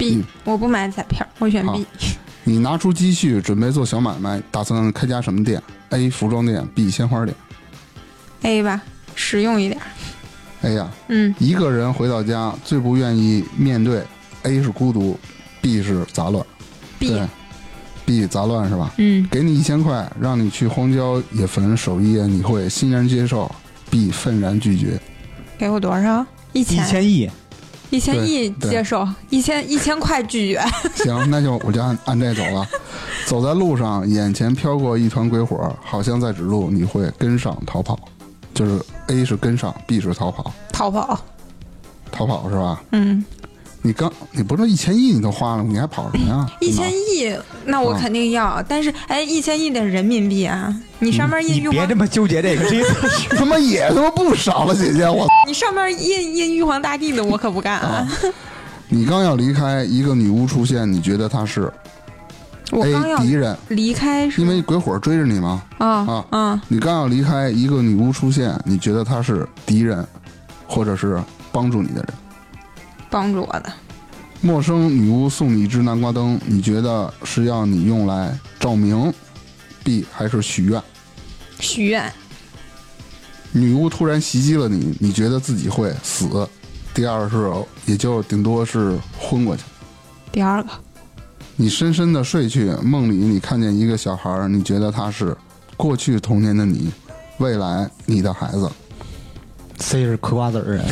A: B，我不买彩票，我选 B。
C: 你拿出积蓄准备做小买卖，打算开家什么店 ？A. 服装店 ，B. 鲜花店。
A: A 吧，实用一点。
C: A 呀，一个人回到家最不愿意面对 A 是孤独 ，B 是杂乱。
A: B。
C: B 杂乱是吧？给你1000块，让你去荒郊野坟守夜，你会欣然接受 ？B 愤然拒绝。
A: 给我多少？1000
B: 亿。
A: 1000亿接受，1000块拒绝。
C: 行，那就我就按这走了。走在路上，眼前飘过一团鬼火，好像在指路，你会跟上逃跑。就是 A 是跟上 ，B 是逃跑。
A: 逃跑
C: 是吧？你不是1000亿你都花了，你还跑什么呀
A: ？1000亿，那我肯定要。但是1000亿的人民币啊，你上面印玉皇，
B: 你别这么纠结这个，
C: 他妈也他妈不少了，姐姐我。
A: 你上面印玉皇大帝的，我可不干啊！
C: 你刚要离开，一个女巫出现，你觉得她是 A 敌人？
A: 离开是
C: 因为鬼火追着你吗？你刚要离开，一个女巫出现，你觉得她是敌人，或者是帮助你的人？
A: 帮助我的。
C: 陌生女巫送你一支南瓜灯，你觉得是要你用来照明 B 还是许愿？
A: 许愿。
C: 女巫突然袭击了你，你觉得自己会死。第二是也就顶多是昏过去。
A: 第二个。
C: 你深深的睡去，梦里你看见一个小孩，你觉得他是过去童年的你，未来你的孩子。
B: C 是嗑瓜子儿人。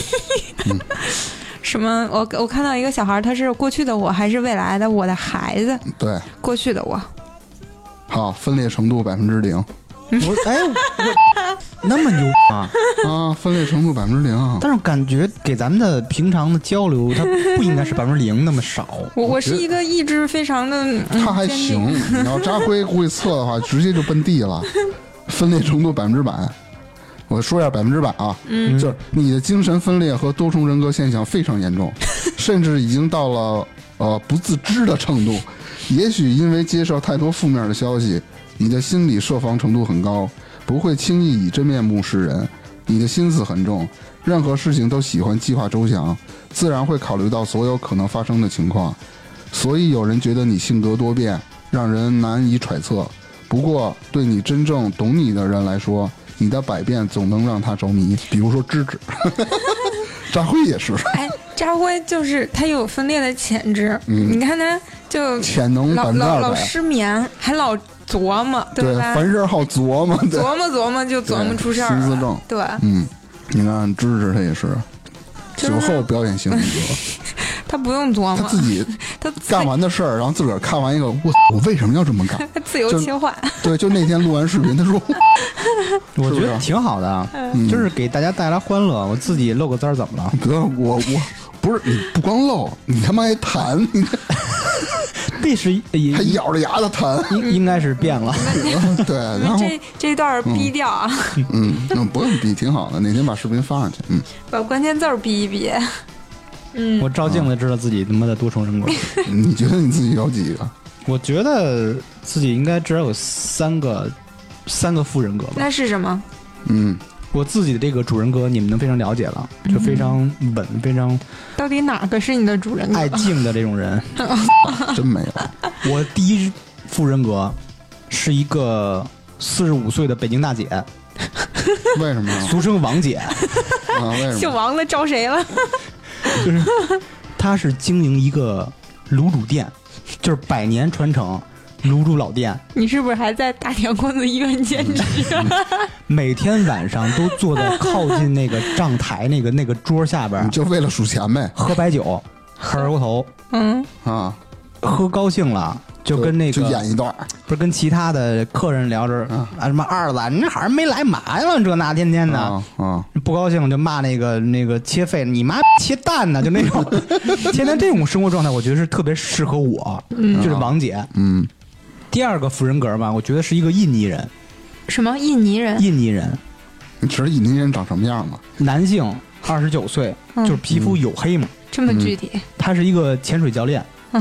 A: 什么？我看到一个小孩，他是过去的我还是未来的我的孩子？
C: 对，
A: 过去的我。
C: 好，分裂程度0%。
B: 我那么牛啊！
C: 分裂程度0%。
B: 但是感觉给咱们的平常的交流，它不应该是0%那么少。
A: 我是一个意志非常的，
C: 他还行。你要扎辉估计测的话，直接就奔地了。分裂程度100%。我说一下100%啊，就是你的精神分裂和多重人格现象非常严重，甚至已经到了不自知的程度。也许因为接受太多负面的消息，你的心理设防程度很高，不会轻易以真面目示人。你的心思很重，任何事情都喜欢计划周详，自然会考虑到所有可能发生的情况。所以有人觉得你性格多变，让人难以揣测。不过对你真正懂你的人来说，你的百变总能让他着迷。比如说芝芝。扎辉也是。
A: 扎辉就是他有分裂的潜质。你看他就
C: 潜能
A: 老失眠，还老琢磨，对吧？
C: 凡事好琢磨，
A: 琢磨就琢磨出事儿了。
C: 心思正。
A: 对，
C: 你看芝芝他也是酒后表演型人格。
A: 他不用琢磨，
C: 他自己他干完的事儿，然后自个儿看完一个，我为什么要这么干？
A: 他自由切换。
C: 对，就那天录完视频，他说，
B: 我觉得挺好的，就是给大家带来欢乐。我自己露个字儿怎么了？
C: 我不是你不光露，你他妈还弹，你
B: 必须
C: 还咬着牙的弹，
B: 应该是变了。
C: 对，然后
A: 这段逼掉啊。
C: 那不用逼，挺好的。哪天把视频发上去，
A: 把关键字逼一逼。
B: 我照镜子知道自己他妈的多重人格。
C: 你觉得你自己有几个？
B: 我觉得自己应该至少有三个副人格吧。
A: 那是什么？
B: 我自己的这个主人格你们能非常了解了，就非常稳，非常。
A: 到底哪个是你的主人格？
B: 爱静的这种人。
C: 真没有。
B: 我第一副人格是一个45岁的北京大姐。
C: 为什么？
B: 俗称王姐。
C: 为什么？
A: 姓王的招谁了？
B: 就是他是经营一个卤煮店，就是100年传承卤煮老店。
A: 你是不是还在大田关子医院兼职？
B: 每天晚上都坐在靠近那个账台那个桌下边，
C: 就为了数钱呗，
B: 喝白酒，喝二锅头，喝高兴了。就跟那个
C: 就演一段，
B: 不是跟其他的客人聊着什么二子，你好像没来嘛呀？这那天天的，不高兴就骂那个切肺，你妈切蛋呢？就那种，天天这种生活状态，我觉得是特别适合我，就是王姐。第二个副人格吧，我觉得是一个印尼人。
A: 什么印尼人？
B: 印尼人。
C: 你知道印尼人长什么样吗？
B: 男性，29岁，就是皮肤黝黑嘛。
A: 这么具体？
B: 他是一个潜水教练。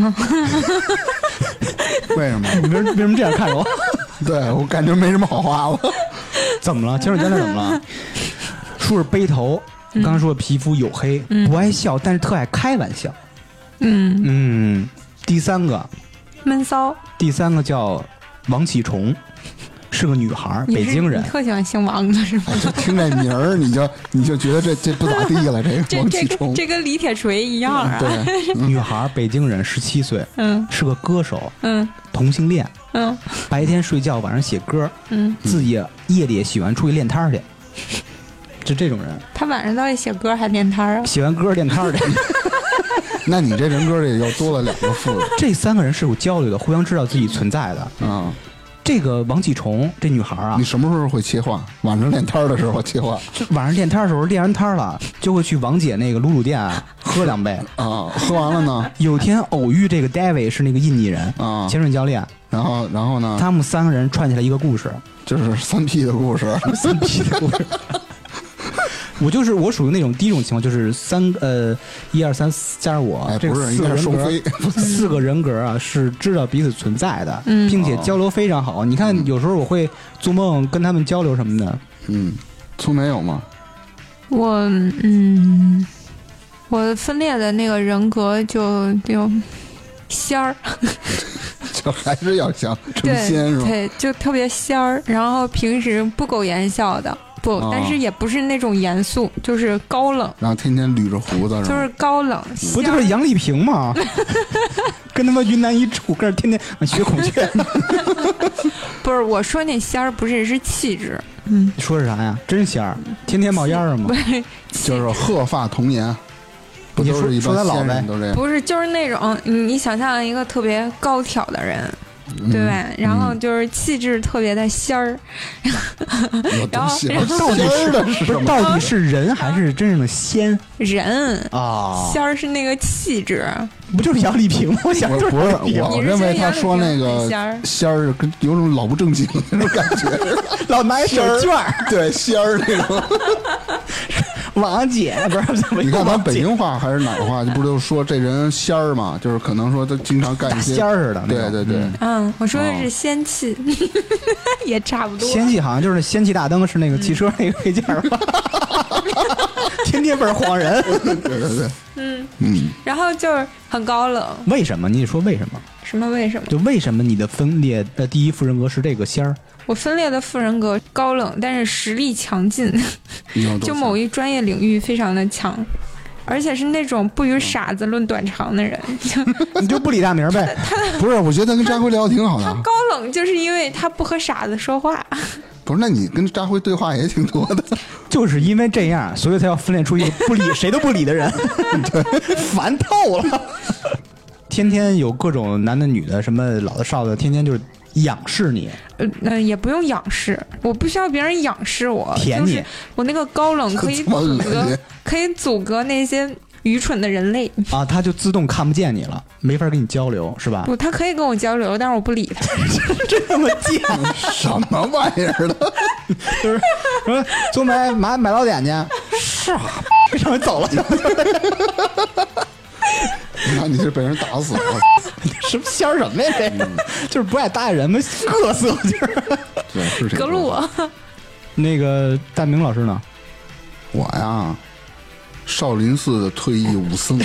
C: 为什么？
B: 你为什么这样看着我？
C: 对我感觉没什么好话了。
B: 怎么了？潜水教练怎么了？说是背头，刚才说皮肤黝黑，不爱笑，但是特爱开玩笑。 第三个
A: 闷骚，
B: 第三个叫王启崇，是个女孩，北京人。
A: 你特喜欢姓王的是吗？
C: 就听这名儿，你就觉得这不咋地了。这个王启崇，
A: 这跟李铁锤一样啊。
C: 对，
B: 女孩，北京人，17岁，是个歌手，同性恋，白天睡觉，晚上写歌，自己夜里也喜欢出去练摊去，就这种人。
A: 他晚上到底写歌还练摊啊？
B: 写完歌练摊去。
C: 那你这人格里又多了2个副的。
B: 这3个人是有交流的，互相知道自己存在的。这个王启崇这女孩啊，
C: 你什么时候会切换？晚上练摊的时候切换。
B: 晚上练摊的时候，练完摊了就会去王姐那个卤店喝2杯
C: 啊。喝完了呢，
B: 有天偶遇这个 David 是那个印尼人啊，潜水教练。
C: 然后呢，
B: 他们3个人串起来一个故事，
C: 就是3P 的故事
B: ，3P 的故事。我属于那种第一种情况，就是1、2、3加上我，这个4个人格啊，是知道彼此存在的，并且交流非常好。你看，有时候我会做梦跟他们交流什么的。
C: 聪梅有吗？
A: 我分裂的那个人格就仙儿，
C: 就还是要想成仙是吧？
A: 对，就特别仙儿，然后平时不苟言笑的。不，但是也不是那种严肃，就是高冷，
C: 然后天天捋着胡子，
A: 就是高冷。
B: 不就是杨丽萍吗？跟他们云南一处，跟着天天学孔雀。
A: 不是，我说那仙儿不是气质。
B: 你说是啥呀？真仙儿，天天冒烟儿吗？
C: 就是鹤发童颜。不都是一般仙人都这样？
A: 不是，就是那种你想象一个特别高挑的人。对吧？然后就是气质特别的仙儿，
C: 然后
B: 到底是人还是真正的仙？
A: 人啊，仙儿是那个气质，
B: 不就是杨丽萍吗？我想
C: 不是，我认为他说那个仙儿跟有种老不正经的那种感觉，
B: 老拿手绢儿，
C: 对仙儿那种。
B: 王姐不是怎么？
C: 你看咱北京话还是哪儿话，就不就说这人仙儿嘛，就是可能说他经常干一些
B: 仙儿似的。
C: 对对对，
A: 我说的是仙气，也差不多。
B: 仙气好像就是仙气大灯是那个汽车那个配件吧？天天倍儿晃人。
C: 对对对，
A: 然后就是很高冷。
B: 为什么？你得说为什么？
A: 什么为什么？
B: 就为什么你的分裂的第一副人格是这个仙儿？
A: 我分裂的副人格高冷，但是实力强劲，就某一专业领域非常的强，而且是那种不与傻子论短长的人。
B: 你就不理大明呗？
C: 不是，我觉得他跟扎辉聊的挺好的。
A: 他高冷就是因为他不和傻子说话。
C: 不是，那你跟扎辉对话也挺多的。
B: 就是因为这样，所以才要分裂出一个不理谁都不理的人，烦透了。天天有各种男的女的，什么老的少的，天天就是仰视你。
A: 也不用仰视，我不需要别人仰视我，
B: 舔你。
A: 就是我那个高冷可以阻隔那些愚蠢的人类
B: 啊，他就自动看不见你了，没法跟你交流，是吧？
A: 不，他可以跟我交流，但是我不理他。
B: 这么贱，
C: 什么玩意儿的？
B: 就是说，宗梅买老点去，是啊，上回走了。
C: 那你是被人打死了？
B: 什么仙儿什么呀？这就是不爱搭理人们，各色劲儿。
C: 对，是这个。
A: 格路，
B: 那个大明老师呢？
C: 我呀，少林寺的退役武僧。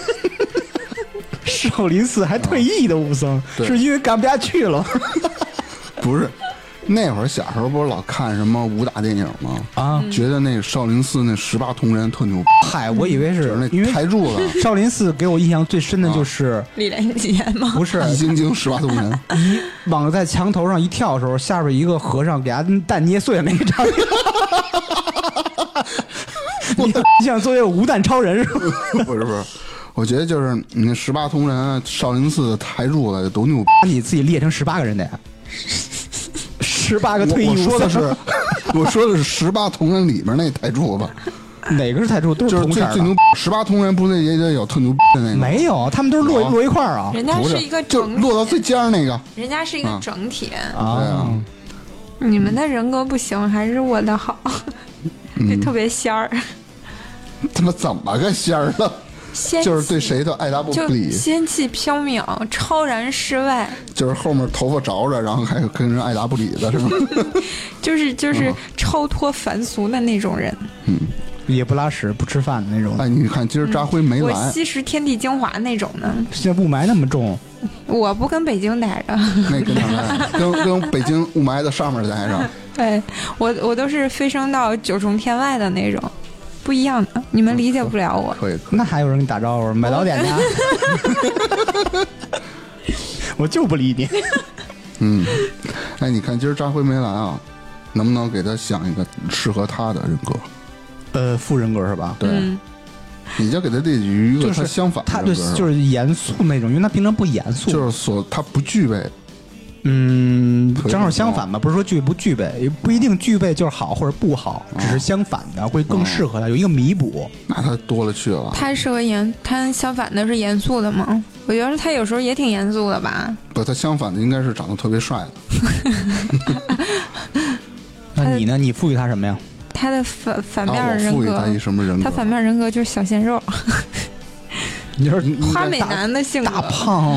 B: 少林寺还退役的武僧，是因为干不下去了？
C: 不是。那会儿小时候不是老看什么武打电影吗？啊，觉得那个少林寺那18铜人特牛。
B: 嗨，我以为是
C: 那台柱子。
B: 少林寺给我印象最深的就是
A: 李连杰吗？
B: 不是，
C: 易筋经18铜人。
B: 你往在墙头上一跳的时候，下边一个和尚给他蛋捏碎了那个场景。你想作为无蛋超人是吧？
C: 不是，我觉得就是你那18铜人少林寺的台柱子多牛。
B: 把你自己列成18个人的呀。18个退役武僧。
C: 我说的是18铜人里面那台柱子。
B: 哪个是台柱？都是
C: 最牛。18铜人不是也得有特牛的那个？
B: 没有，他们都是摞一块儿啊。
A: 人家是一个
C: 就摞到最尖儿那个。
A: 人家是一个整体
B: 啊。
A: 你们的人格不行，还是我的好？这特别仙儿。
C: 他妈怎么个仙儿了？就是对谁都爱答不理，
A: 仙气飘渺，超然世外。
C: 就是后面头发着着，然后还跟人爱答不理的是吗？
A: 就是超脱凡俗的那种人。
B: 也不拉屎不吃饭的那种。
C: 哎，你看今儿扎辉没来，
A: 我吸食天地精华那种的。
B: 现在雾霾那么重，
A: 我不跟北京待着，
C: 那跟哪待？跟北京雾霾的上面待着。
A: 对，我都是飞升到9重天外的那种，不一样的，你们理解不了我。
C: 可以，
B: 那还有人给你打招呼，买早点去。我就不理你。
C: 哎，你看今儿扎辉没来啊，能不能给他想一个适合他的人格？
B: 副人格是吧？
C: 对，你就给他列举一个他相反的
B: 他
C: 人格，
B: 就是严肃那种，因为他平常不严肃，
C: 就是他不具备。
B: 正好相反吧，不是说具备不具备，也不一定具备就是好或者不好，只是相反的会更适合他，有一个弥补。
C: 那他多了去了。
A: 他适合他相反的是严肃的吗？我觉得他有时候也挺严肃的吧。
C: 不，他相反的应该是长得特别帅的。
B: 那你呢？你赋予他什么呀？
A: 他的反面人格，
C: 我赋予他一什么人格？
A: 他反面人格就是小鲜肉。
B: 你说
A: 花美男的性格，
B: 大胖。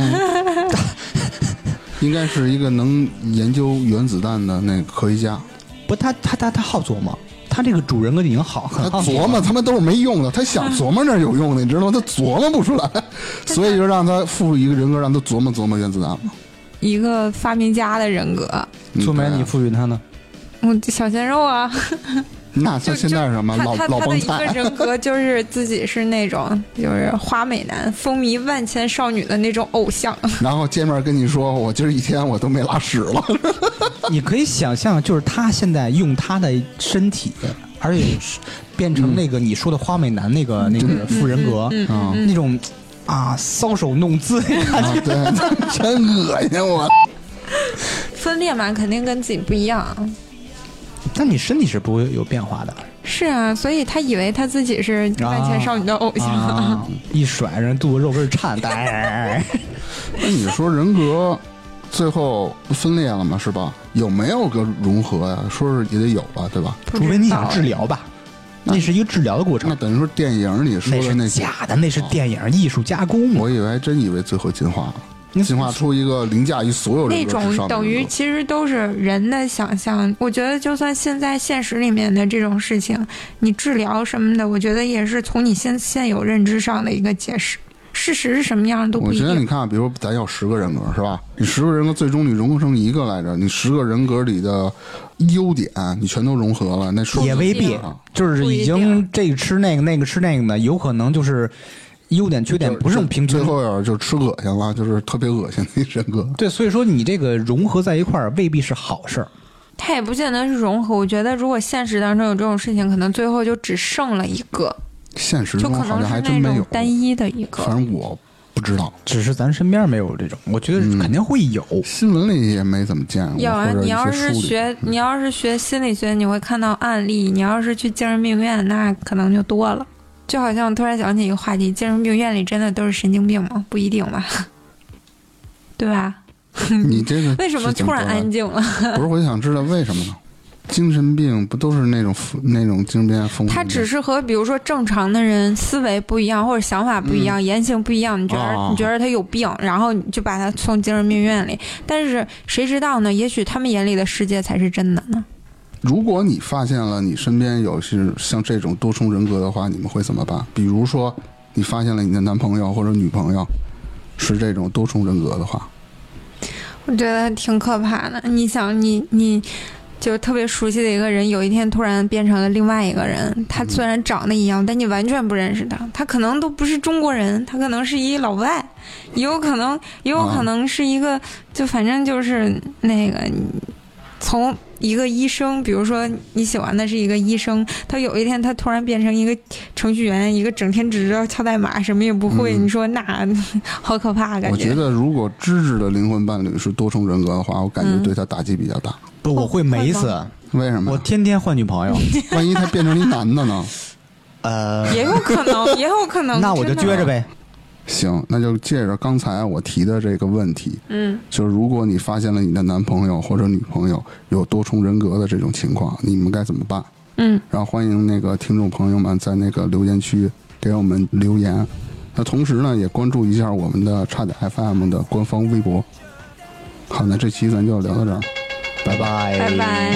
C: 应该是一个能研究原子弹的那个科学家。
B: 不，他好琢磨，他这个主人格已经好，
C: 他琢磨他们都是没用的，他想琢磨那有用的，你知道吗？他琢磨不出来，所以就让他赋予一个人格，让他琢磨琢磨原子弹嘛。
A: 一个发明家的人格。
B: 苏梅，你赋予他呢？
A: 小鲜肉啊。
C: 那他现在是什么老帮菜？
A: 他的一个人格就是自己是那种就是花美男，风靡万千少女的那种偶像。
C: 然后见面跟你说，我今儿一天我都没拉屎了。
B: 你可以想象，就是他现在用他的身体，而且变成那个你说的花美男那个副人格，那种搔首弄姿的感觉，
C: 对，真恶心我。
A: 分裂嘛，肯定跟自己不一样。
B: 但你身体是不会有变化的。
A: 是啊，所以他以为他自己是万千少女的偶像。
B: 一甩人肚子肉根颤。
C: 那你说人格最后分裂了嘛，是吧？有没有个融合呀？说是也得有吧，对吧？
B: 除非你想治疗吧，那是一个治疗的过程。
C: 那等于说电影里说的
B: 那是假的，那是电影艺术加工。
C: 我真以为最后进化了。进化出一个凌驾于所有人
A: 那种等于其实都是人的想象。我觉得就算现在现实里面的这种事情，你治疗什么的，我觉得也是从你现有认知上的一个解释。事实是什么样都不一定。
C: 我觉得你看，比如咱有10个人格是吧？你10个人格最终你融合成一个来着，你10个人格里的优点你全都融合了，那
B: 也未必，就是已经这个吃那个那个吃那个的，有可能就是优点缺点不是平均，
C: 最后要就吃恶心了，就是特别恶心的人格。
B: 对，所以说你这个融合在一块儿未必是好事儿。
A: 它也不见得是融合。我觉得如果现实当中有这种事情，可能最后就只剩了一个。
C: 现实中好像还真没有
A: 单一的一个。
C: 反正我不知道，
B: 只是咱身边没有这种，我觉得肯定会有。
C: 新闻里也没怎么见过。
A: 有啊，你要是学心理学，你会看到案例。你要是去精神病院，那可能就多了。就好像我突然想起一个话题，精神病院里真的都是神经病吗？不一定吧，对吧？
C: 你这个
A: 为什么突然安静了？
C: 不是，我想知道为什么呢？精神病不都是那种精神病疯？
A: 他只是和比如说正常的人思维不一样，或者想法不一样，言行不一样，你觉得他有病，然后你就把他送精神病院里。但是谁知道呢？也许他们眼里的世界才是真的呢。
C: 如果你发现了你身边有是像这种多重人格的话，你们会怎么办？比如说你发现了你的男朋友或者女朋友是这种多重人格的话，
A: 我觉得挺可怕的。你想你就特别熟悉的一个人，有一天突然变成了另外一个人，他虽然长得一样，但你完全不认识他，他可能都不是中国人，他可能是一老外，也有可能是一个，就反正就是那个从一个医生，比如说你喜欢的是一个医生，他有一天他突然变成一个程序员，一个整天只知道敲代码什么也不会，你说那好可怕，感觉。
C: 我觉得如果芝芝的灵魂伴侣是多重人格的话，我感觉对他打击比较大。
B: 不，我会美死。
C: 为什么？
B: 我天天换女朋友，
C: 万一他变成一男的呢？
A: 也有可能。
B: 那我就撅着呗。
C: 行，那就借着刚才我提的这个问题，就是如果你发现了你的男朋友或者女朋友有多重人格的这种情况，你们该怎么办？然后欢迎那个听众朋友们在那个留言区给我们留言。那同时呢，也关注一下我们的差点 FM 的官方微博。好，那这期咱就聊到这儿，拜拜，
A: 拜拜。